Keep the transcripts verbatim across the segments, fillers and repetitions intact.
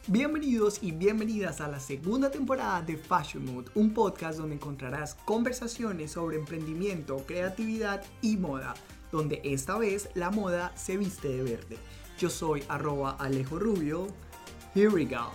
Bienvenidos y bienvenidas a la segunda temporada de Fashion Mood, un podcast donde encontrarás conversaciones sobre emprendimiento, creatividad y moda, donde esta vez la moda se viste de verde. Yo soy arroba Alejo Rubio. Here we go.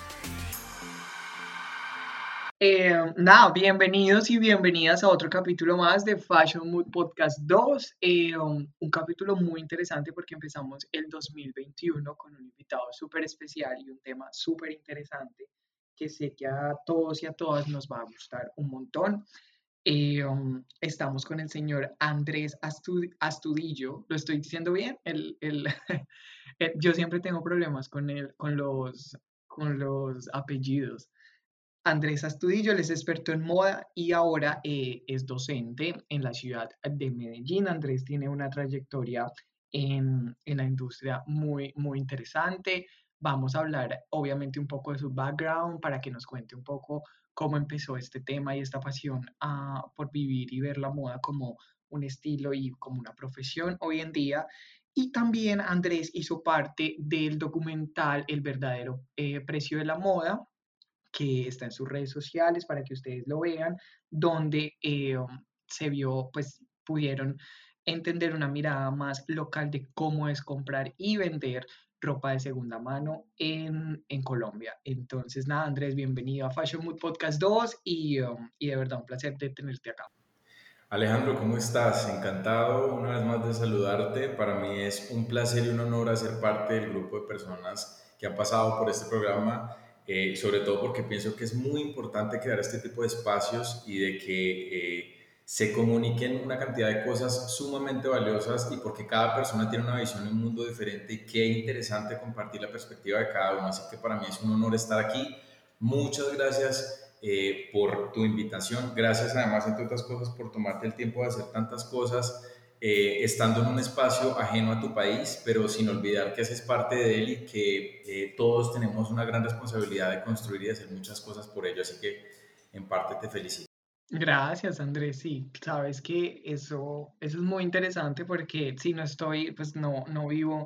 Eh, nada, bienvenidos y bienvenidas a otro capítulo más de Fashion Mood Podcast dos, eh, un, un capítulo muy interesante porque empezamos el dos mil veintiuno con un invitado súper especial y un tema súper interesante que sé que a todos y a todas nos va a gustar un montón. Eh, um, estamos con el señor Andrés Astud- Astudillo, ¿lo estoy diciendo bien? El, el, eh, yo siempre tengo problemas con, el, con, los, con los apellidos. Andrés Astudillo, él es experto en moda y ahora eh, es docente en la ciudad de Medellín. Andrés tiene una trayectoria en, en la industria muy, muy interesante. Vamos a hablar obviamente un poco de su background para que nos cuente un poco cómo empezó este tema y esta pasión ah, por vivir y ver la moda como un estilo y como una profesión hoy en día. Y también Andrés hizo parte del documental El verdadero eh, precio de la moda, que está en sus redes sociales para que ustedes lo vean, donde eh, se vio, pues pudieron entender una mirada más local de cómo es comprar y vender ropa de segunda mano en, en Colombia. Entonces, nada, Andrés, bienvenido a Fashion Mood Podcast dos y, um, y de verdad un placer de tenerte acá. Alejandro, ¿cómo estás? Encantado una vez más de saludarte. Para mí es un placer y un honor hacer parte del grupo de personas que han pasado por este programa, eh, sobre todo porque pienso que es muy importante crear este tipo de espacios y de que eh, se comuniquen una cantidad de cosas sumamente valiosas y porque cada persona tiene una visión de un mundo diferente y qué interesante compartir la perspectiva de cada uno. Así que para mí es un honor estar aquí. Muchas gracias eh, por tu invitación. Gracias además, entre otras cosas, por tomarte el tiempo de hacer tantas cosas eh, estando en un espacio ajeno a tu país, pero sin olvidar que haces parte de él y que eh, todos tenemos una gran responsabilidad de construir y de hacer muchas cosas por ello. Así que en parte te felicito. Gracias, Andrés. Sí, sabes que eso, eso es muy interesante porque si no estoy, pues no, no vivo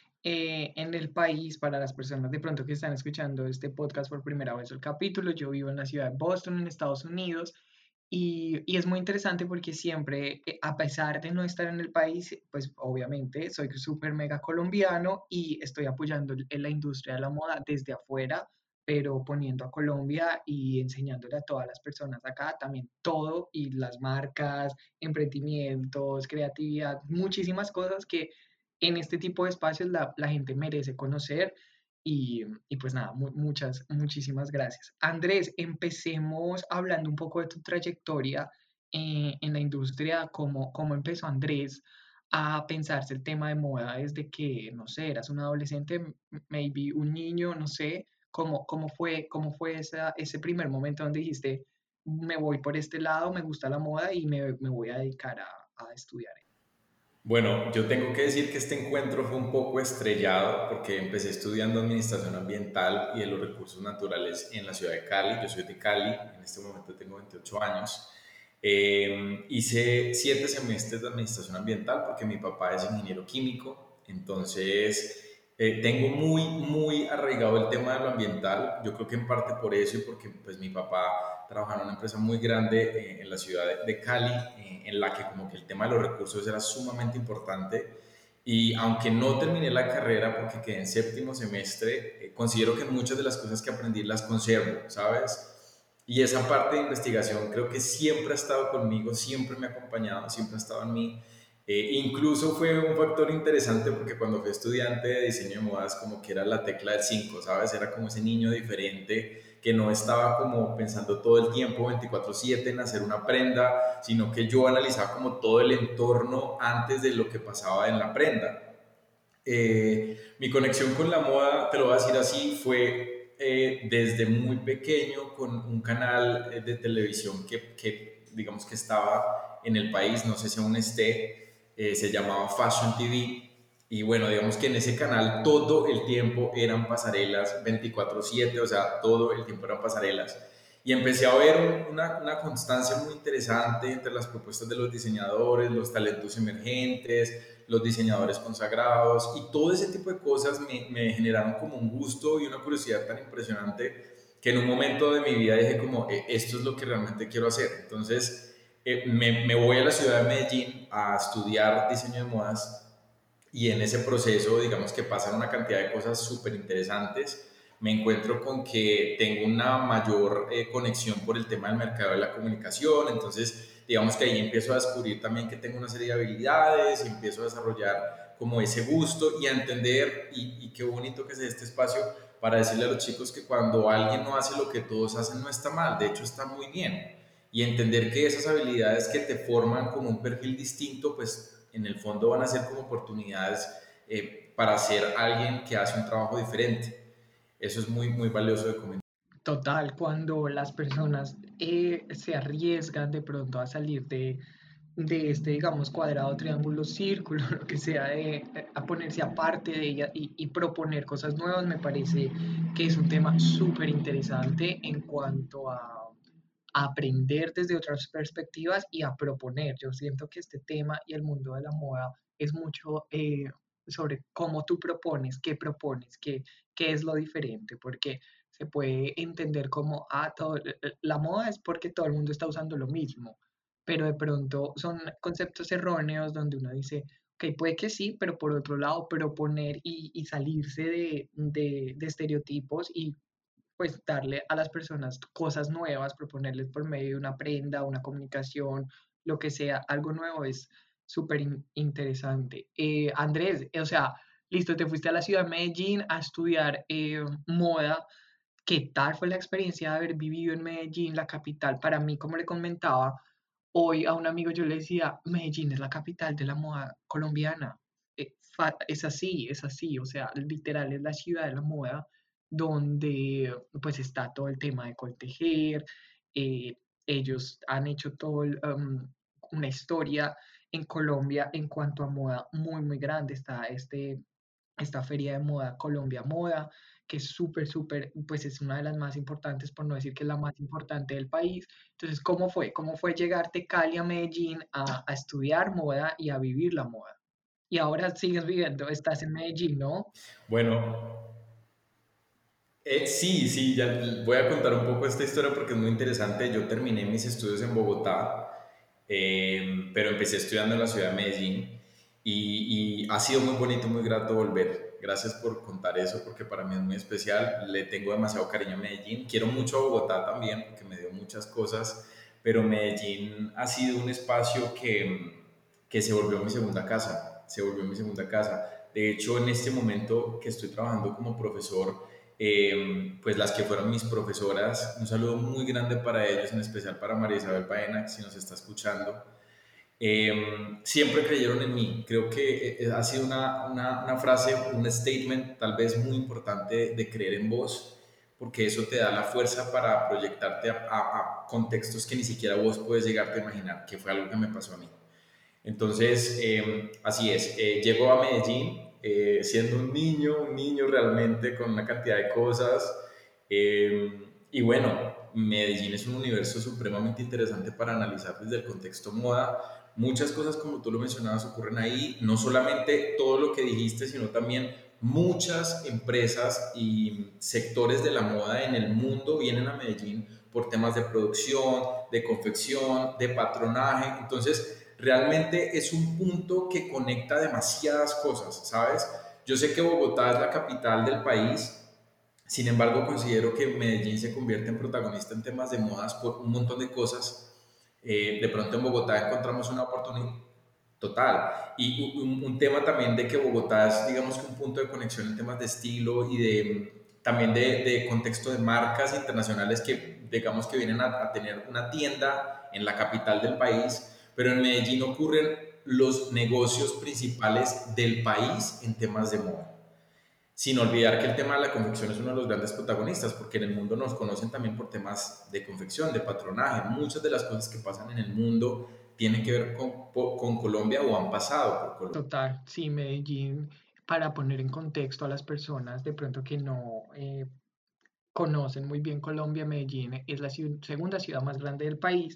eh, en el país. Para las personas de pronto que están escuchando este podcast por primera vez o el capítulo, yo vivo en la ciudad de Boston, en Estados Unidos, y, y es muy interesante porque siempre, eh, a pesar de no estar en el país, pues obviamente soy súper mega colombiano y estoy apoyando en la industria de la moda desde afuera, pero poniendo a Colombia y enseñándole a todas las personas acá también todo y las marcas, emprendimientos, creatividad, muchísimas cosas que en este tipo de espacios la, la gente merece conocer y, y pues nada, mu- muchas, muchísimas gracias. Andrés, empecemos hablando un poco de tu trayectoria eh, en la industria, cómo, cómo empezó Andrés a pensarse el tema de moda desde que, no sé, eras un adolescente, m- maybe un niño, no sé, cómo, cómo fue, cómo fue esa, ese primer momento donde dijiste, me voy por este lado, me gusta la moda y me, me voy a dedicar a, a estudiar. Bueno, yo tengo que decir que este encuentro fue un poco estrellado porque empecé estudiando administración ambiental y de los recursos naturales en la ciudad de Cali. Yo soy de Cali, en este momento tengo veintiocho años. Eh, hice siete semestres de administración ambiental porque mi papá es ingeniero químico, entonces eh, tengo muy, muy arraigado el tema de lo ambiental. Yo creo que en parte por eso y porque pues, mi papá trabajaba en una empresa muy grande eh, en la ciudad de, de Cali, eh, en la que como que el tema de los recursos era sumamente importante. Y aunque no terminé la carrera porque quedé en séptimo semestre, eh, considero que muchas de las cosas que aprendí las conservo, ¿sabes? Y esa parte de investigación creo que siempre ha estado conmigo, siempre me ha acompañado, siempre ha estado en mí. Eh, incluso fue un factor interesante porque cuando fui estudiante de diseño de modas como que era la tecla del cinco, ¿sabes? Era como ese niño diferente que no estaba como pensando todo el tiempo veinticuatro siete en hacer una prenda, sino que yo analizaba como todo el entorno antes de lo que pasaba en la prenda. Eh, mi conexión con la moda, te lo voy a decir así, fue eh, desde muy pequeño con un canal eh, de televisión que, que, digamos que estaba en el país, no sé si aún esté, eh, se llamaba Fashion T V. Y bueno, digamos que en ese canal todo el tiempo eran pasarelas veinticuatro siete, o sea, todo el tiempo eran pasarelas. Y empecé a ver una, una constancia muy interesante entre las propuestas de los diseñadores, los talentos emergentes, los diseñadores consagrados y todo ese tipo de cosas me, me generaron como un gusto y una curiosidad tan impresionante que en un momento de mi vida dije como, "Eh, esto es lo que realmente quiero hacer". Entonces eh, me, me voy a la ciudad de Medellín a estudiar diseño de modas y en ese proceso, digamos que pasan una cantidad de cosas súper interesantes. Me encuentro con que tengo una mayor eh, conexión por el tema del mercado de la comunicación, entonces digamos que ahí empiezo a descubrir también que tengo una serie de habilidades y empiezo a desarrollar como ese gusto y a entender, y, y qué bonito que sea este espacio para decirle a los chicos que cuando alguien no hace lo que todos hacen no está mal, de hecho está muy bien. Y entender que esas habilidades que te forman como un perfil distinto, pues en el fondo van a ser como oportunidades eh, para ser alguien que hace un trabajo diferente. Eso es muy, muy valioso de comentar. Total, cuando las personas eh, se arriesgan de pronto a salir de, de este, digamos, cuadrado, triángulo, círculo, lo que sea, de, eh, a ponerse aparte de ella y, y proponer cosas nuevas, me parece que es un tema súper interesante en cuanto a, a aprender desde otras perspectivas y a proponer. Yo siento que este tema y el mundo de la moda es mucho eh, sobre cómo tú propones, qué propones, qué, qué es lo diferente, porque se puede entender como, ah, todo, la moda es porque todo el mundo está usando lo mismo, pero de pronto son conceptos erróneos donde uno dice, ok, puede que sí, pero por otro lado, proponer y, y salirse de, de, de estereotipos y pues darle a las personas cosas nuevas, proponerles por medio de una prenda, una comunicación, lo que sea, algo nuevo es súper in- interesante. Eh, Andrés, o sea, listo, te fuiste a la ciudad de Medellín a estudiar eh, moda. ¿Qué tal fue la experiencia de haber vivido en Medellín, la capital? Para mí, como le comentaba hoy a un amigo, yo le decía, Medellín es la capital de la moda colombiana. Eh, fa- Es así, es así, o sea, literal es la ciudad de la moda donde pues está todo el tema de coltejer. eh, Ellos han hecho todo el, um, una historia en Colombia en cuanto a moda muy, muy grande. Está este, esta feria de moda, Colombia Moda, que es súper, súper, pues es una de las más importantes, por no decir que es la más importante del país. Entonces, ¿cómo fue? ¿Cómo fue llegar de Cali a Medellín a, a estudiar moda y a vivir la moda? Y ahora sigues viviendo, estás en Medellín, ¿no? Bueno, eh, sí, sí, ya voy a contar un poco esta historia porque es muy interesante. Yo terminé mis estudios en Bogotá, eh, pero empecé estudiando en la ciudad de Medellín y, y ha sido muy bonito, muy grato volver. Gracias por contar eso porque para mí es muy especial. Le tengo demasiado cariño a Medellín. Quiero mucho a Bogotá también porque me dio muchas cosas, pero Medellín ha sido un espacio que, que se volvió mi segunda casa. Se volvió mi segunda casa. De hecho, en este momento que estoy trabajando como profesor, eh, pues las que fueron mis profesoras, un saludo muy grande para ellos, en especial para María Isabel Baena, si nos está escuchando. Eh, siempre creyeron en mí. Creo que eh, ha sido una, una, una frase, un statement tal vez muy importante de creer en vos, porque eso te da la fuerza para proyectarte a, a, a contextos que ni siquiera vos puedes llegarte a imaginar, que fue algo que me pasó a mí. Entonces, eh, así es, eh, llego a Medellín eh, siendo un niño, un niño realmente con una cantidad de cosas. eh, y bueno, Medellín es un universo supremamente interesante para analizar desde el contexto moda. Muchas cosas, como tú lo mencionabas, ocurren ahí. No solamente todo lo que dijiste, sino también muchas empresas y sectores de la moda en el mundo vienen a Medellín por temas de producción, de confección, de patronaje. Entonces, realmente es un punto que conecta demasiadas cosas, ¿sabes? Yo sé que Bogotá es la capital del país, sin embargo considero que Medellín se convierte en protagonista en temas de modas por un montón de cosas. Eh, de pronto en Bogotá encontramos una oportunidad total. Y un, un, tema también de que Bogotá es, digamos, que un punto de conexión en temas de estilo y de también de, de contexto de marcas internacionales que, digamos, que vienen a, a tener una tienda en la capital del país, pero en Medellín ocurren los negocios principales del país en temas de moda. Sin olvidar que el tema de la confección es uno de los grandes protagonistas, porque en el mundo nos conocen también por temas de confección, de patronaje. Muchas de las cosas que pasan en el mundo tienen que ver con, con Colombia o han pasado por Colombia. Total, sí, Medellín, para poner en contexto a las personas de pronto que no eh, conocen muy bien Colombia, Medellín es la ciu- segunda ciudad más grande del país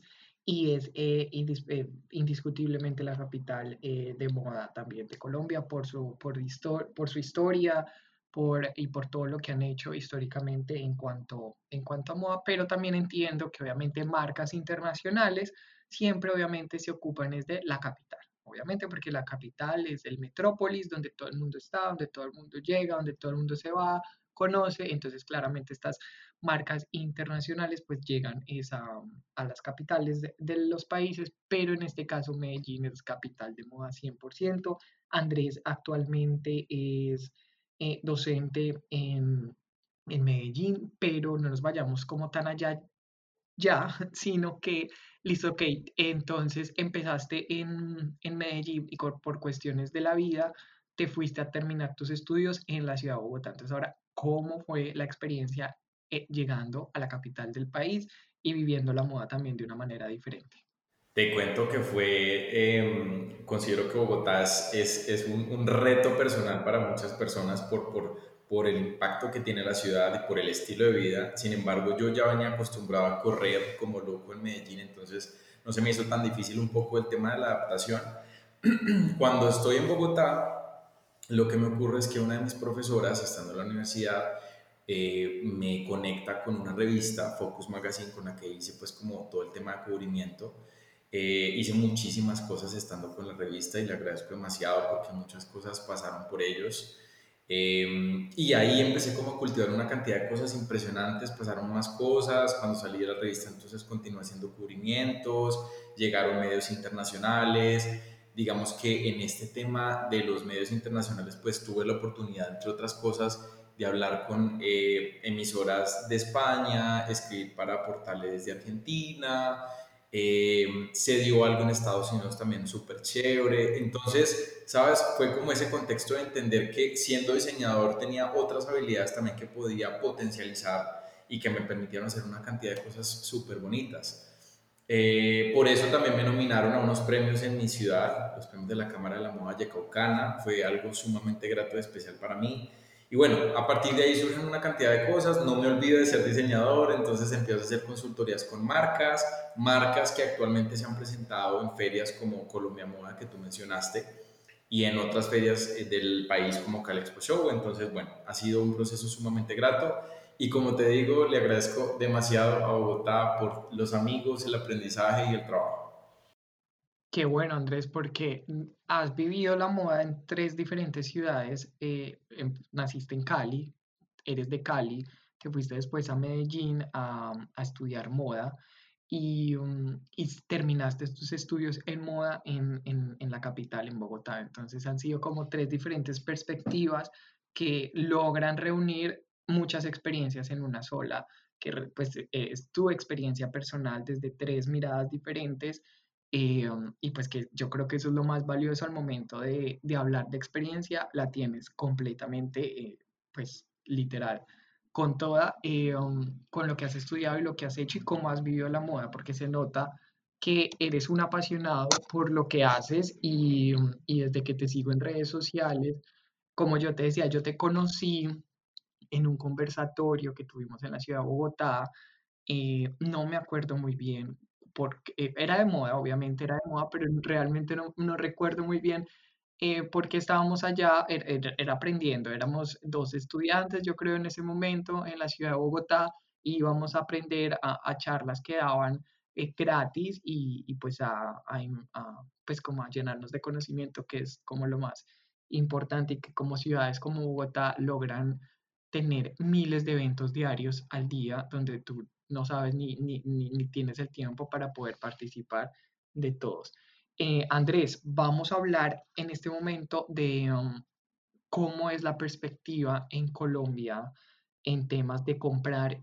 y es eh, indis- eh, indiscutiblemente la capital eh, de moda también de Colombia por su, por, histo- por su historia por, y por todo lo que han hecho históricamente en cuanto, en cuanto a moda, pero también entiendo que obviamente marcas internacionales siempre obviamente se ocupan es de la capital. Obviamente porque la capital es el metrópolis donde todo el mundo está, donde todo el mundo llega, donde todo el mundo se va, conoce, entonces claramente estas marcas internacionales pues llegan es a, a las capitales de, de, los países, pero en este caso Medellín es capital de moda cien por ciento. Andrés actualmente es eh, docente en, en Medellín, pero no nos vayamos como tan allá ya, sino que, listo, ok, entonces empezaste en, en Medellín y por cuestiones de la vida te fuiste a terminar tus estudios en la ciudad de Bogotá. Entonces ahora, ¿cómo fue la experiencia eh, llegando a la capital del país y viviendo la moda también de una manera diferente? Te cuento que fue, eh, considero que Bogotá es, es, es un, un, reto personal para muchas personas por, por, por el impacto que tiene la ciudad y por el estilo de vida. Sin embargo, yo ya venía acostumbrado a correr como loco en Medellín, entonces no se me hizo tan difícil un poco el tema de la adaptación. Cuando estoy en Bogotá, lo que me ocurre es que una de mis profesoras, estando en la universidad, eh, me conecta con una revista, Focus Magazine, con la que hice pues como todo el tema de cubrimiento. Eh, hice muchísimas cosas estando con la revista y le agradezco demasiado porque muchas cosas pasaron por ellos. Eh, y ahí empecé como a cultivar una cantidad de cosas impresionantes, pasaron más cosas, cuando salí de la revista entonces continué haciendo cubrimientos, llegaron medios internacionales, digamos que en este tema de los medios internacionales pues tuve la oportunidad entre otras cosas de hablar con eh, emisoras de España, escribir para portales de Argentina, eh, se dio algo en Estados Unidos también súper chévere. Entonces, ¿sabes? Fue como ese contexto de entender que siendo diseñador tenía otras habilidades también que podía potencializar y que me permitieron hacer una cantidad de cosas súper bonitas. Eh, por eso también me nominaron a unos premios en mi ciudad, los premios de la Cámara de la Moda Yecaucana. Fue algo sumamente grato y especial para mí. Y bueno, a partir de ahí surgen una cantidad de cosas. No me olvido de ser diseñador, entonces empiezo a hacer consultorías con marcas, marcas que actualmente se han presentado en ferias como Colombia Moda, que tú mencionaste, y en otras ferias eh, del país como Cal Expo Show. Entonces, bueno, ha sido un proceso sumamente grato. Y como te digo, le agradezco demasiado a Bogotá por los amigos, el aprendizaje y el trabajo. Qué bueno, Andrés, porque mm, has vivido la moda en tres diferentes ciudades. Eh, em- naciste en Cali, eres de Cali, te fuiste después a Medellín a, a estudiar moda y, mm, y terminaste tus estudios en moda en, en, en la capital, en Bogotá. Entonces han sido como tres diferentes perspectivas que logran reunir muchas experiencias en una sola, que re- pues eh, es tu experiencia personal desde tres miradas diferentes eh, um, y pues que yo creo que eso es lo más valioso al momento de, de hablar de experiencia, la tienes completamente, eh, pues literal, con toda, eh, um, con lo que has estudiado y lo que has hecho y cómo has vivido la moda, porque se nota que eres un apasionado por lo que haces y, um, y desde que te sigo en redes sociales, como yo te decía, yo te conocí en un conversatorio que tuvimos en la ciudad de Bogotá, eh, no me acuerdo muy bien, porque eh, era de moda, obviamente era de moda, pero realmente no, no recuerdo muy bien eh, por qué estábamos allá, era, era- era aprendiendo, éramos dos estudiantes, yo creo, en ese momento en la ciudad de Bogotá, y íbamos a aprender a, a charlas que daban eh, gratis y, y pues a, a in- a, pues como a llenarnos de conocimiento, que es como lo más importante y que como ciudades como Bogotá logran tener miles de eventos diarios al día donde tú no sabes ni, ni, ni, ni tienes el tiempo para poder participar de todos. Eh, Andrés, vamos a hablar en este momento de um, cómo es la perspectiva en Colombia en temas de comprar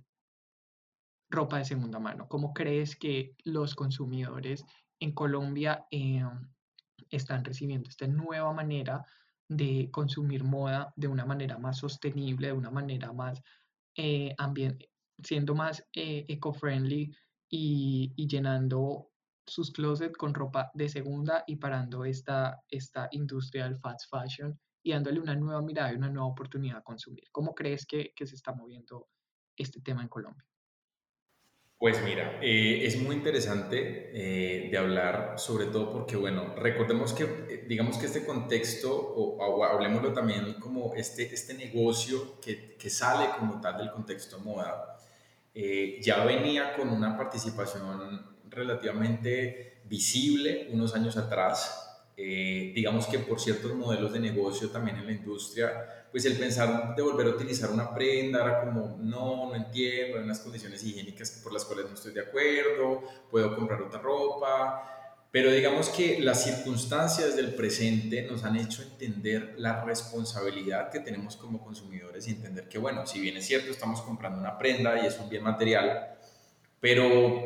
ropa de segunda mano. ¿Cómo crees que los consumidores en Colombia eh, están recibiendo esta nueva manera de consumir moda de una manera más sostenible, de una manera más eh, ambien- siendo más eh, eco-friendly y, y llenando sus closets con ropa de segunda y parando esta, esta industria del fast fashion y dándole una nueva mirada y una nueva oportunidad a consumir? ¿Cómo crees que, que se está moviendo este tema en Colombia? Pues mira, eh, es muy interesante eh, de hablar, sobre todo porque, bueno, recordemos que, eh, digamos que este contexto, o, o hablemoslo también como este, este negocio que, que sale como tal del contexto moda, eh, ya venía con una participación relativamente visible unos años atrás. Eh, digamos que por ciertos modelos de negocio también en la industria, pues el pensar de volver a utilizar una prenda era como, no, no entiendo, hay unas condiciones higiénicas por las cuales no estoy de acuerdo, puedo comprar otra ropa, pero digamos que las circunstancias del presente nos han hecho entender la responsabilidad que tenemos como consumidores y entender que, bueno, si bien es cierto, estamos comprando una prenda y es un bien material, pero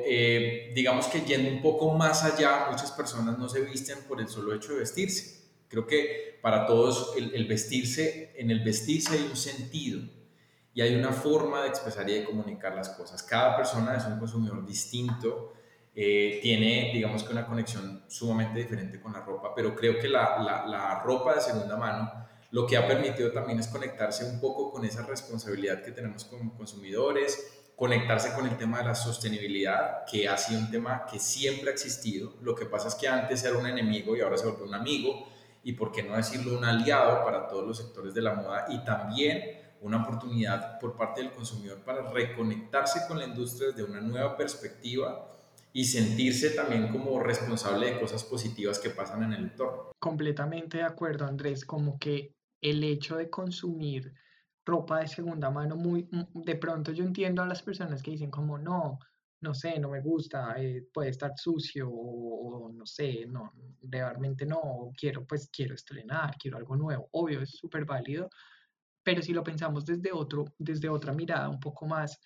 eh, digamos que yendo un poco más allá, muchas personas no se visten por el solo hecho de vestirse. Creo que para todos el, el vestirse, en el vestirse hay un sentido y hay una forma de expresar y de comunicar las cosas. Cada persona es un consumidor distinto, eh, tiene, digamos que una conexión sumamente diferente con la ropa, pero creo que la, la, la ropa de segunda mano lo que ha permitido también es conectarse un poco con esa responsabilidad que tenemos como consumidores, conectarse con el tema de la sostenibilidad, que ha sido un tema que siempre ha existido. Lo que pasa es que antes era un enemigo y ahora se volvió un amigo, y por qué no decirlo, un aliado para todos los sectores de la moda, y también una oportunidad por parte del consumidor para reconectarse con la industria desde una nueva perspectiva y sentirse también como responsable de cosas positivas que pasan en el entorno. Completamente de acuerdo, Andrés, como que el hecho de consumir ropa de segunda mano, muy, mm, de pronto yo entiendo a las personas que dicen como no, no sé, no me gusta, eh, puede estar sucio o, o no sé, no, realmente no, o quiero, pues quiero estrenar, quiero algo nuevo, obvio, es súper válido, pero si lo pensamos desde otro, desde otra mirada un poco más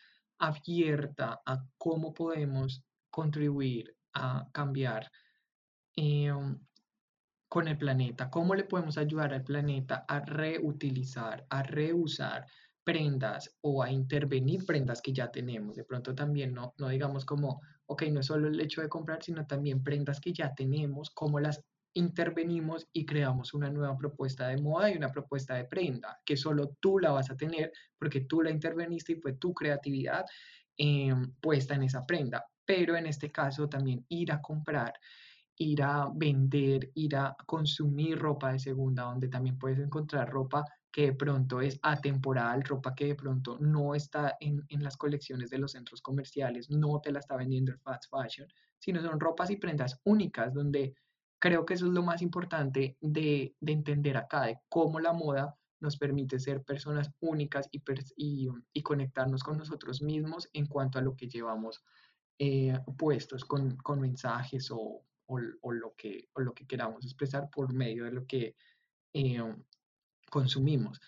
abierta a cómo podemos contribuir a cambiar eh, con el planeta, cómo le podemos ayudar al planeta a reutilizar, a reusar prendas o a intervenir prendas que ya tenemos. De pronto también no, no digamos como, ok, no es solo el hecho de comprar, sino también prendas que ya tenemos, cómo las intervenimos y creamos una nueva propuesta de moda y una propuesta de prenda, que solo tú la vas a tener porque tú la interveniste y fue tu creatividad eh, puesta en esa prenda. Pero en este caso también ir a comprar, ir a vender, ir a consumir ropa de segunda, donde también puedes encontrar ropa que de pronto es atemporal, ropa que de pronto no está en, en las colecciones de los centros comerciales, no te la está vendiendo el fast fashion, sino son ropas y prendas únicas, donde creo que eso es lo más importante de, de entender acá, de cómo la moda nos permite ser personas únicas y, y, y conectarnos con nosotros mismos en cuanto a lo que llevamos eh, puestos con, con mensajes o, o, o, lo que, o lo que queramos expresar por medio de lo que eh, consumimos.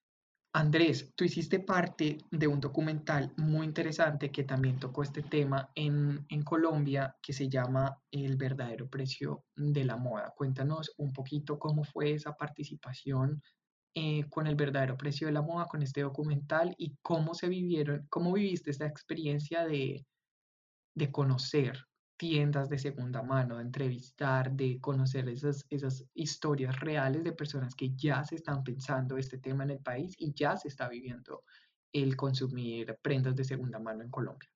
Andrés, tú hiciste parte de un documental muy interesante que también tocó este tema en, en Colombia, que se llama El verdadero precio de la moda. Cuéntanos un poquito cómo fue esa participación eh, con el verdadero precio de la moda, con este documental y cómo se vivieron, cómo viviste esta experiencia de, de conocer tiendas de segunda mano, de entrevistar, de conocer esas, esas historias reales de personas que ya se están pensando este tema en el país y ya se está viviendo el consumir prendas de segunda mano en Colombia.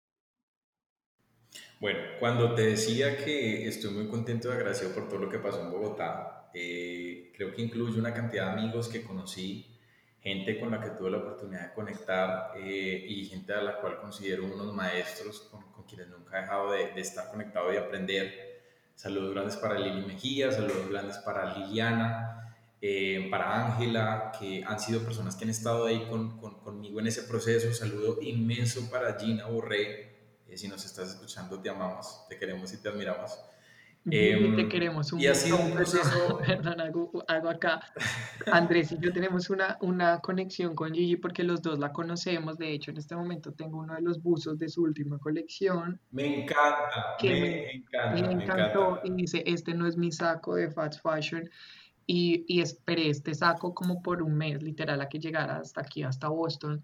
Bueno, cuando te decía que estoy muy contento y agradecido por todo lo que pasó en Bogotá, eh, creo que incluye una cantidad de amigos que conocí, gente con la que tuve la oportunidad de conectar eh, y gente a la cual considero unos maestros con, con quienes nunca he dejado de, de estar conectado y aprender. Saludos grandes para Lili Mejía, saludos grandes para Liliana, eh, para Ángela, que han sido personas que han estado ahí con, con, conmigo en ese proceso. Saludo inmenso para Gina Borré, eh, si nos estás escuchando, te amamos, te queremos y te admiramos. Gigi, te Eh, queremos un y ha sido montón, un perdón, proceso, perdón, algo, algo acá. Andrés y yo tenemos una, una conexión con Gigi porque los dos la conocemos. De hecho, en este momento tengo uno de los buzos de su última colección me encanta, que me me le encanta, me encantó y encanta. dice, este no es mi saco de fast fashion y, y esperé este saco como por un mes, literal, a que llegara hasta aquí, hasta Boston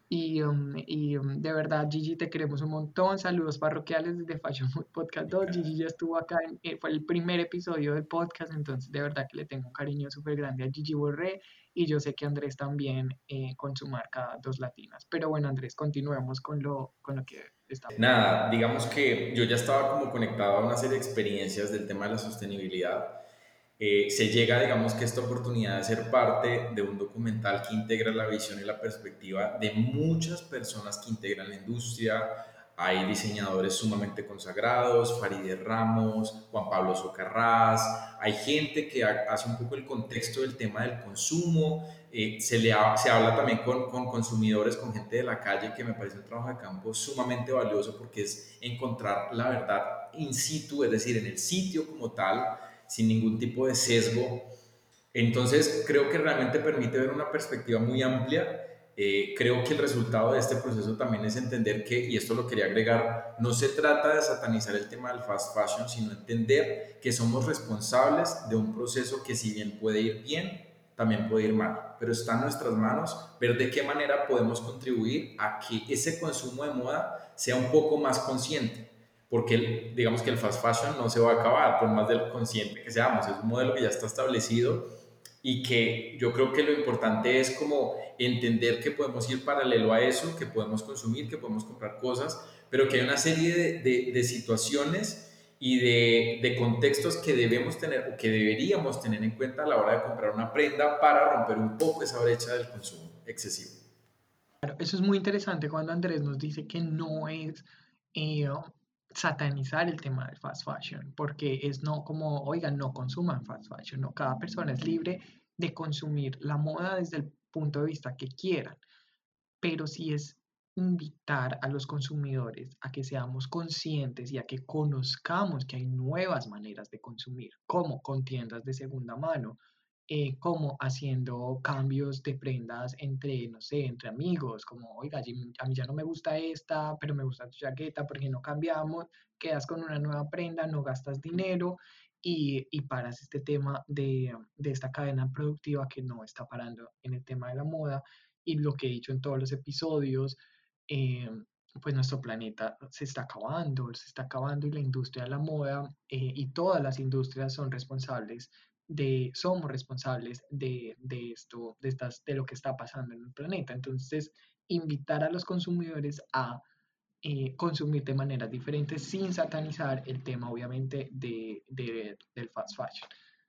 Y, um, y um, de verdad, Gigi, te queremos un montón. Saludos parroquiales desde Fashion Mood Podcast dos. Gigi ya estuvo acá, en- eh, fue el primer episodio del podcast, entonces de verdad que le tengo un cariño súper grande a Gigi Borré y yo sé que Andrés también eh, con su marca Dos Latinas. Pero bueno, Andrés, continuemos con lo, con lo que estamos. Nada, digamos que yo ya estaba como conectado a una serie de experiencias del tema de la sostenibilidad. Eh, se llega, digamos que esta oportunidad de ser parte de un documental que integra la visión y la perspectiva de muchas personas que integran la industria. Hay diseñadores sumamente consagrados, Farideh Ramos, Juan Pablo Socarrás, hay gente que hace un poco el contexto del tema del consumo. Eh, se, le ha, se habla también con, con consumidores, con gente de la calle, que me parece un trabajo de campo sumamente valioso porque es encontrar la verdad in situ, es decir, en el sitio como tal, sin ningún tipo de sesgo. Entonces, creo que realmente permite ver una perspectiva muy amplia. Eh, creo que el resultado de este proceso también es entender que, y esto lo quería agregar, no se trata de satanizar el tema del fast fashion, sino entender que somos responsables de un proceso que, si bien puede ir bien, también puede ir mal, pero está en nuestras manos ver de qué manera podemos contribuir a que ese consumo de moda sea un poco más consciente, porque el- digamos que el fast fashion no se va a acabar por más del consciente que seamos, es un modelo que ya está establecido y que yo creo que lo importante es como entender que podemos ir paralelo a eso, que podemos consumir, que podemos comprar cosas, pero que hay una serie de, de, de situaciones y de, de contextos que debemos tener o que deberíamos tener en cuenta a la hora de comprar una prenda para romper un poco esa brecha del consumo excesivo. Claro, eso es muy interesante cuando Andrés nos dice que no es eh, satanizar el tema del fast fashion, porque es no como, oigan, no consuman fast fashion, no, cada persona es libre de consumir la moda desde el punto de vista que quieran, pero sí es invitar a los consumidores a que seamos conscientes y a que conozcamos que hay nuevas maneras de consumir, como con tiendas de segunda mano, eh, como haciendo cambios de prendas entre, no sé, entre amigos, como, oiga, Jim, a mí ya no me gusta esta, pero me gusta tu chaqueta, ¿porque no cambiamos? Quedas con una nueva prenda, no gastas dinero y, y paras este tema de, de esta cadena productiva que no está parando en el tema de la moda y lo que he dicho en todos los episodios, eh, pues nuestro planeta se está acabando, se está acabando y la industria de la moda eh, y todas las industrias son responsables de, somos responsables de, de esto, de, estas, de lo que está pasando en el planeta. Entonces, invitar a los consumidores a eh, consumir de maneras diferentes sin satanizar el tema, obviamente, de, de, del fast fashion.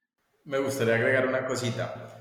Me gustaría agregar una cosita.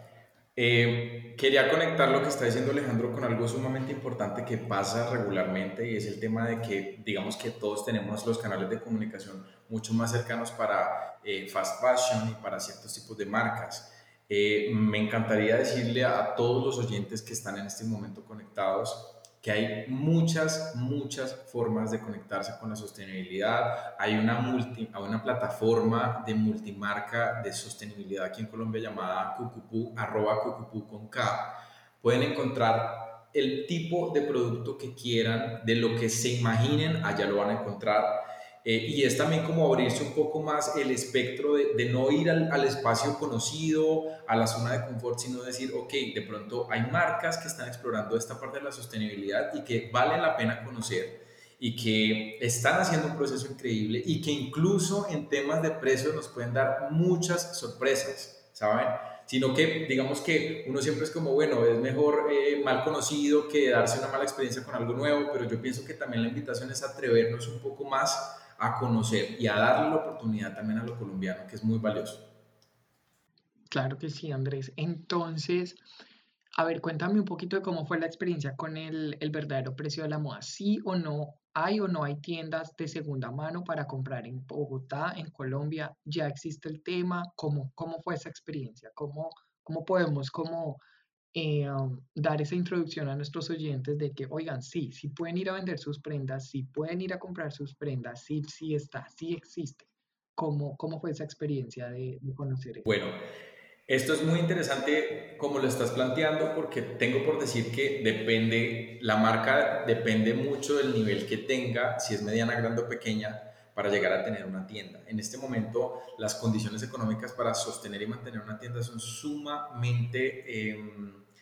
Eh, quería conectar lo que está diciendo Alejandro con algo sumamente importante que pasa regularmente, y es el tema de que, digamos que todos tenemos los canales de comunicación mucho más cercanos para eh, fast fashion y para ciertos tipos de marcas. Eh, me encantaría decirle a, a todos los oyentes que están en este momento conectados que hay muchas, muchas formas de conectarse con la sostenibilidad. Hay una, multi, una plataforma de multimarca de sostenibilidad aquí en Colombia llamada Cucupú, arroba Cucupú con K. Pueden encontrar el tipo de producto que quieran, de lo que se imaginen, allá lo van a encontrar. Eh, y es también como abrirse un poco más el espectro de, de no ir al, al, espacio conocido, a la zona de confort, sino decir, ok, de pronto hay marcas que están explorando esta parte de la sostenibilidad y que vale la pena conocer y que están haciendo un proceso increíble y que incluso en temas de precios nos pueden dar muchas sorpresas, ¿saben? Sino que digamos que uno siempre es como, bueno, es mejor eh, mal conocido que darse una mala experiencia con algo nuevo, pero yo pienso que también la invitación es atrevernos un poco más a conocer y a darle la oportunidad también a lo colombiano, que es muy valioso. Claro que sí, Andrés. Entonces, a ver, cuéntame un poquito de cómo fue la experiencia con el, el verdadero precio de la moda. ¿Sí o no hay o no hay tiendas de segunda mano para comprar en Bogotá, en Colombia? ¿Ya existe el tema? ¿Cómo, cómo fue esa experiencia? ¿Cómo, cómo podemos como, eh, um, dar esa introducción a nuestros oyentes de que, oigan, sí, sí pueden ir a vender sus prendas, sí pueden ir a comprar sus prendas, sí, sí está, sí existe? ¿Cómo, cómo fue esa experiencia de, de conocer eso? Bueno, esto es muy interesante como lo estás planteando porque tengo por decir que depende, la marca depende mucho del nivel que tenga, si es mediana, grande o pequeña, para llegar a tener una tienda. En este momento las condiciones económicas para sostener y mantener una tienda son sumamente eh,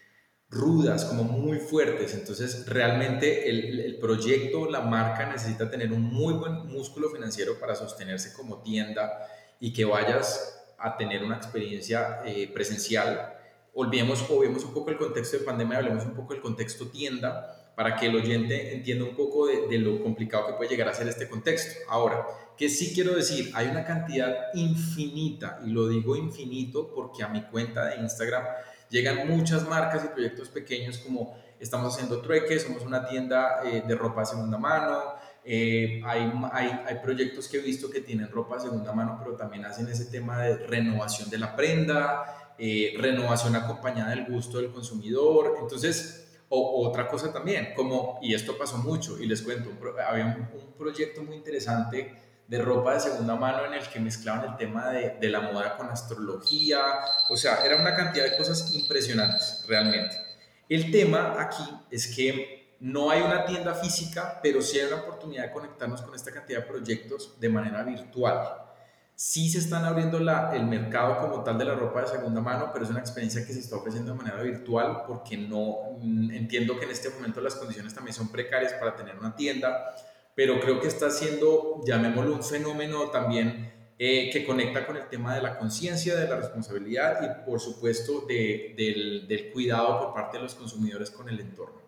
rudas, como muy fuertes. Entonces, realmente el, el proyecto, la marca necesita tener un muy buen músculo financiero para sostenerse como tienda y que vayas a tener una experiencia eh, presencial. Olvidemos, obviemos un poco el contexto de pandemia, hablemos un poco del contexto tienda para que el oyente entienda un poco de, de lo complicado que puede llegar a ser este contexto. Ahora, que sí quiero decir, hay una cantidad infinita, y lo digo infinito porque a mi cuenta de Instagram llegan muchas marcas y proyectos pequeños como estamos haciendo trueques, somos una tienda eh, de ropa de segunda mano, eh, hay, hay, hay proyectos que he visto que tienen ropa de segunda mano, pero también hacen ese tema de renovación de la prenda, eh, renovación acompañada del gusto del consumidor. Entonces, o, otra cosa también, como, y esto pasó mucho, y les cuento, había un, un proyecto muy interesante de ropa de segunda mano en el que mezclaban el tema de, de la moda con astrología, o sea, era una cantidad de cosas impresionantes, realmente. El tema aquí es que no hay una tienda física, pero sí hay una oportunidad de conectarnos con esta cantidad de proyectos de manera virtual. Sí se están abriendo la, el mercado como tal de la ropa de segunda mano, pero es una experiencia que se está ofreciendo de manera virtual porque no mm, entiendo que en este momento las condiciones también son precarias para tener una tienda, pero creo que está siendo, llamémoslo, un fenómeno también eh, que conecta con el tema de la conciencia, de la responsabilidad y por supuesto de, del, del cuidado por parte de los consumidores con el entorno.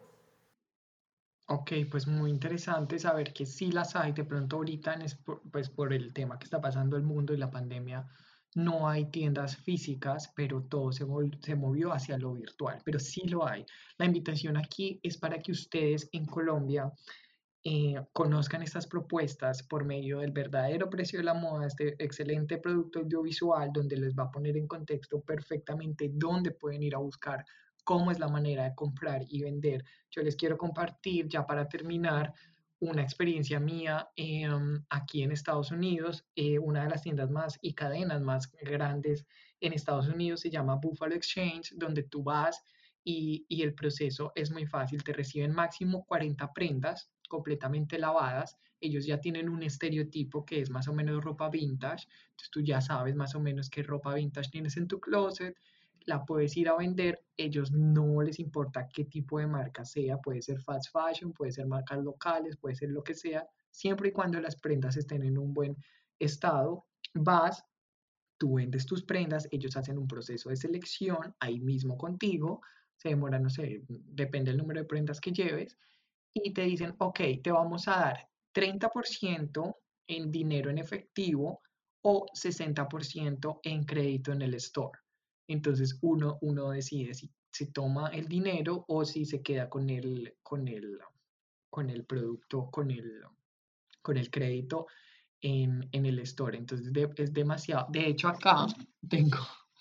Ok, pues muy interesante saber que sí las hay. De pronto ahorita, en es por- pues por el tema que está pasando el mundo y la pandemia, no hay tiendas físicas, pero todo se, vol- se movió hacia lo virtual, pero sí lo hay. La invitación aquí es para que ustedes en Colombia eh, conozcan estas propuestas por medio del verdadero precio de la moda, este excelente producto audiovisual donde les va a poner en contexto perfectamente dónde pueden ir a buscar, cómo es la manera de comprar y vender. Yo les quiero compartir ya para terminar una experiencia mía eh, aquí en Estados Unidos. Eh, una de las tiendas más y cadenas más grandes en Estados Unidos se llama Buffalo Exchange, donde tú vas y, y el proceso es muy fácil. Te reciben máximo cuarenta prendas completamente lavadas. Ellos ya tienen un estereotipo que es más o menos ropa vintage. Entonces tú ya sabes más o menos qué ropa vintage tienes en tu closet. La puedes ir a vender. Ellos no les importa qué tipo de marca sea. Puede ser fast fashion, puede ser marcas locales, puede ser lo que sea. Siempre y cuando las prendas estén en un buen estado, vas, tú vendes tus prendas, ellos hacen un proceso de selección ahí mismo contigo, se demora, no sé, depende del número de prendas que lleves, y te dicen, ok, te vamos a dar treinta por ciento en dinero en efectivo o sesenta por ciento en crédito en el store. Entonces uno, uno decide si se toma el dinero o si se queda con el, con el, con el producto, con el, con el crédito en, en el store. Entonces de, es demasiado. De hecho, acá tengo,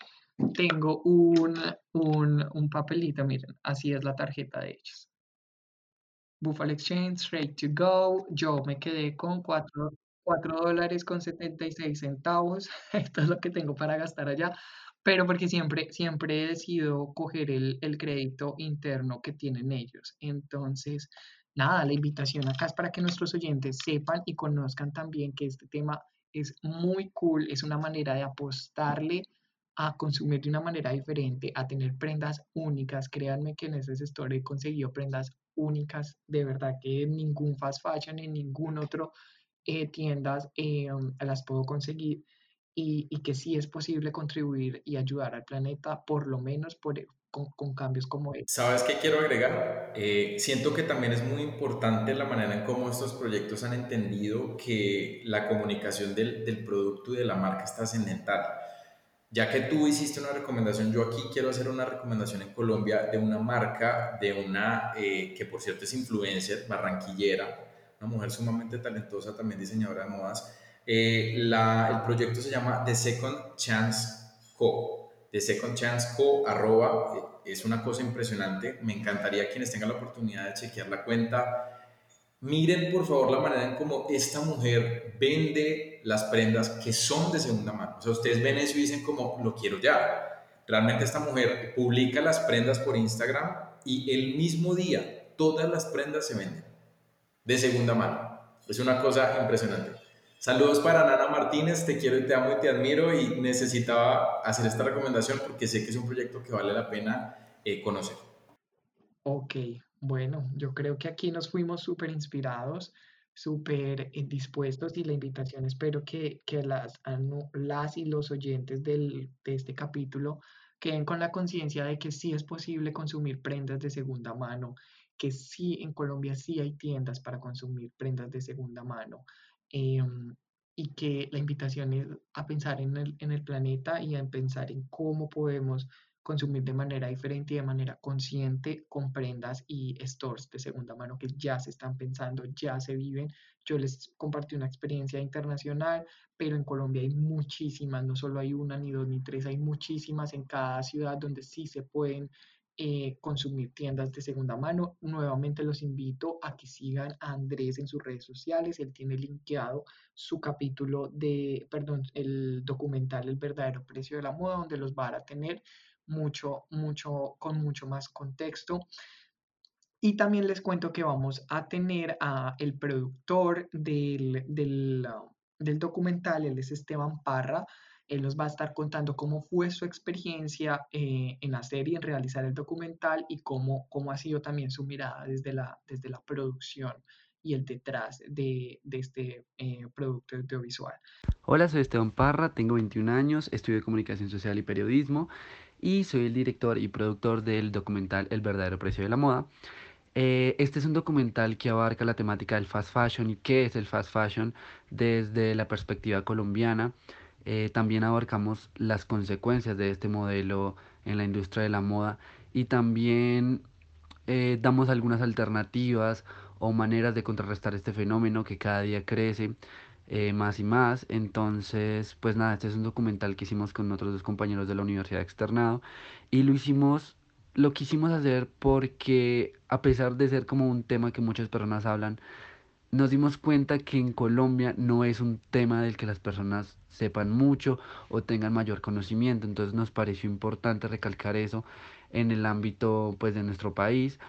tengo un, un, un papelito, miren, así es la tarjeta de ellos. Buffalo Exchange, Ready to Go. Yo me quedé con cuatro dólares con setenta y seis centavos. Esto es lo que tengo para gastar allá. Pero porque siempre, siempre he decidido coger el, el crédito interno que tienen ellos. Entonces, nada, la invitación acá es para que nuestros oyentes sepan y conozcan también que este tema es muy cool, es una manera de apostarle a consumir de una manera diferente, a tener prendas únicas. Créanme que en ese sector he conseguido prendas únicas, de verdad que en ningún fast fashion, en ningún otro eh, tiendas eh, um, las puedo conseguir y, y, que sí es posible contribuir y ayudar al planeta, por lo menos por, con, con cambios como este. ¿Sabes qué quiero agregar? Eh, siento que también es muy importante la manera en cómo estos proyectos han entendido que la comunicación del, del producto y de la marca es trascendental. Ya que tú hiciste una recomendación, yo aquí quiero hacer una recomendación en Colombia de una marca, de una eh, que por cierto es influencer, barranquillera, una mujer sumamente talentosa, también diseñadora de modas. Eh, la, el proyecto se llama The Second Chance Co. The Second Chance Co. arroba, eh, es una cosa impresionante. Me encantaría quienes tengan la oportunidad de chequear la cuenta. Miren por favor la manera en cómo esta mujer vende las prendas que son de segunda mano. O sea, ustedes ven eso y dicen como, lo quiero ya. Realmente esta mujer publica las prendas por Instagram y el mismo día todas las prendas se venden de segunda mano. Es una cosa impresionante. Saludos para Nana Martínez, te quiero y te amo y te admiro y necesitaba hacer esta recomendación porque sé que es un proyecto que vale la pena eh, conocer. Ok, bueno, yo creo que aquí nos fuimos súper inspirados, súper eh, dispuestos y la invitación espero que, que las, anu- las y los oyentes del, de este capítulo queden con la conciencia de que sí es posible consumir prendas de segunda mano, que sí en Colombia sí hay tiendas para consumir prendas de segunda mano, em, y que la invitación es a pensar en el, en el planeta y a pensar en cómo podemos consumir de manera diferente y de manera consciente con prendas y stores de segunda mano que ya se están pensando, ya se viven. Yo les compartí una experiencia internacional, pero en Colombia hay muchísimas, no solo hay una, ni dos, ni tres, hay muchísimas en cada ciudad donde sí se pueden eh, consumir tiendas de segunda mano. Nuevamente los invito a que sigan a Andrés en sus redes sociales. Él tiene linkeado su capítulo de, perdón, el documental El verdadero precio de la moda, donde los va a tener mucho, mucho, con mucho más contexto. Y también les cuento que vamos a tener a el productor del, del, uh, del documental, él es Esteban Parra. Él nos va a estar contando cómo fue su experiencia eh, en hacer y en realizar el documental y cómo, cómo ha sido también su mirada desde la, desde la producción y el detrás de, de este eh, producto audiovisual. Hola, soy Esteban Parra, tengo veintiún años, estudio comunicación social y periodismo y soy el director y productor del documental El verdadero precio de la moda. Eh, este es un documental que abarca la temática del fast fashion y qué es el fast fashion desde la perspectiva colombiana. Eh, también abarcamos las consecuencias de este modelo en la industria de la moda y también eh, damos algunas alternativas o maneras de contrarrestar este fenómeno que cada día crece eh, más y más. Entonces, pues nada, este es un documental que hicimos con otros dos compañeros de la Universidad Externado y lo hicimos, lo quisimos hacer porque a pesar de ser como un tema que muchas personas hablan, nos dimos cuenta que en Colombia no es un tema del que las personas sepan mucho o tengan mayor conocimiento, entonces nos pareció importante recalcar eso en el ámbito pues de nuestro país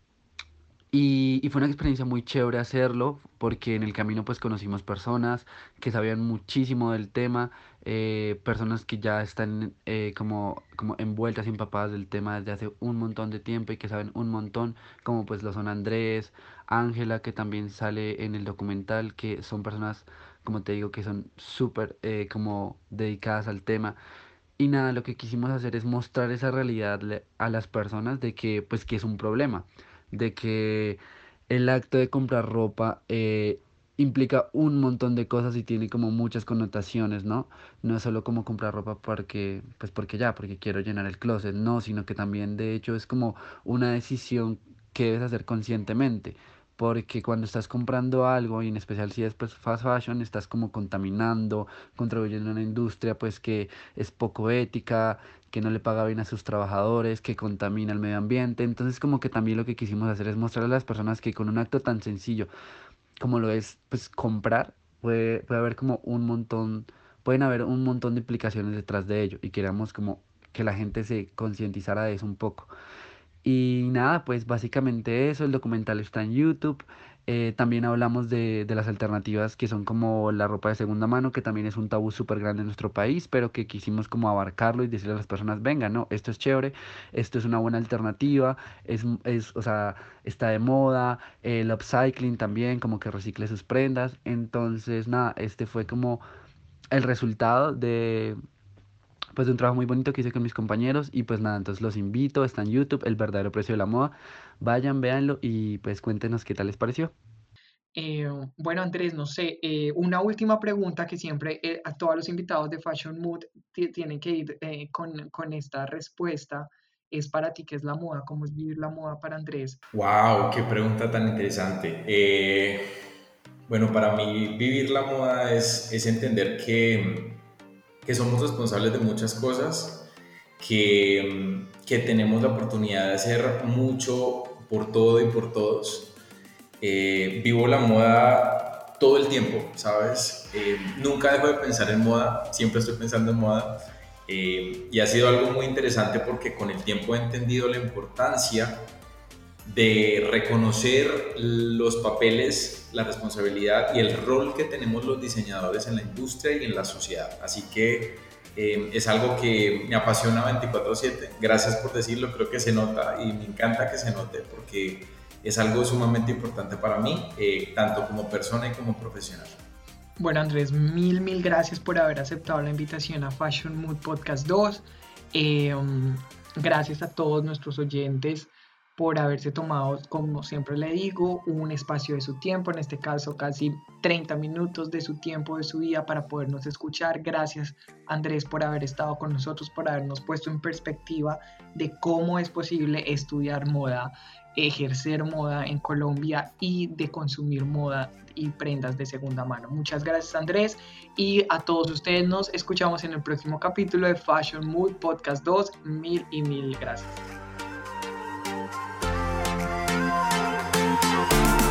y, y fue una experiencia muy chévere hacerlo porque en el camino pues conocimos personas que sabían muchísimo del tema, eh, personas que ya están eh, como, como envueltas y empapadas del tema desde hace un montón de tiempo y que saben un montón, como pues lo son Andrés, Ángela, que también sale en el documental, que son personas, como te digo, que son súper eh, como dedicadas al tema. Y nada, lo que quisimos hacer es mostrar esa realidad le- a las personas de que pues que es un problema, de que el acto de comprar ropa eh, implica un montón de cosas y tiene como muchas connotaciones, ¿no? No es solo como comprar ropa porque pues porque ya, porque quiero llenar el closet, no, sino que también de hecho es como una decisión que debes hacer conscientemente. Porque cuando estás comprando algo, y en especial si es pues fast fashion, estás como contaminando, contribuyendo a una industria pues que es poco ética, que no le paga bien a sus trabajadores, que contamina el medio ambiente. Entonces como que también lo que quisimos hacer es mostrar a las personas que con un acto tan sencillo como lo es pues comprar, puede, puede haber como un montón, pueden haber un montón de implicaciones detrás de ello y queríamos como que la gente se concientizara de eso un poco. Y nada, pues básicamente eso, el documental está en YouTube. Eh, también hablamos de, de las alternativas que son como la ropa de segunda mano, que también es un tabú súper grande en nuestro país, pero que quisimos como abarcarlo y decirle a las personas, venga, no, esto es chévere, esto es una buena alternativa, es, es, o sea, está de moda, el upcycling también, como que recicle sus prendas. Entonces, nada, este fue como el resultado de, pues de un trabajo muy bonito que hice con mis compañeros y pues nada, entonces los invito, está en YouTube, El verdadero precio de la moda, vayan, véanlo y pues cuéntenos qué tal les pareció. Eh, bueno, Andrés, no sé, eh, una última pregunta que siempre eh, a todos los invitados de Fashion Mood ti- tienen que ir eh, con, con esta respuesta. Es para ti, ¿qué es la moda? ¿Cómo es vivir la moda para Andrés? Wow, qué pregunta tan interesante. Eh, bueno, para mí vivir la moda es, es entender que, que somos responsables de muchas cosas, que, que tenemos la oportunidad de hacer mucho por todo y por todos. Eh, vivo la moda todo el tiempo, ¿sabes? Eh, nunca dejo de pensar en moda, siempre estoy pensando en moda. Eh, y ha sido algo muy interesante porque con el tiempo he entendido la importancia de reconocer los papeles, la responsabilidad y el rol que tenemos los diseñadores en la industria y en la sociedad. Así que Eh, es algo que me apasiona veinticuatro siete. Gracias por decirlo, creo que se nota y me encanta que se note porque es algo sumamente importante para mí, eh, tanto como persona y como profesional. Bueno, Andrés, mil, mil gracias por haber aceptado la invitación a Fashion Mood Podcast dos. Eh, um, gracias a todos nuestros oyentes por haberse tomado, como siempre le digo, un espacio de su tiempo, en este caso casi treinta minutos de su tiempo, de su día para podernos escuchar. Gracias, Andrés, por haber estado con nosotros, por habernos puesto en perspectiva de cómo es posible estudiar moda, ejercer moda en Colombia y de consumir moda y prendas de segunda mano. Muchas gracias, Andrés, y a todos ustedes nos escuchamos en el próximo capítulo de Fashion Mood Podcast dos. Mil y mil gracias.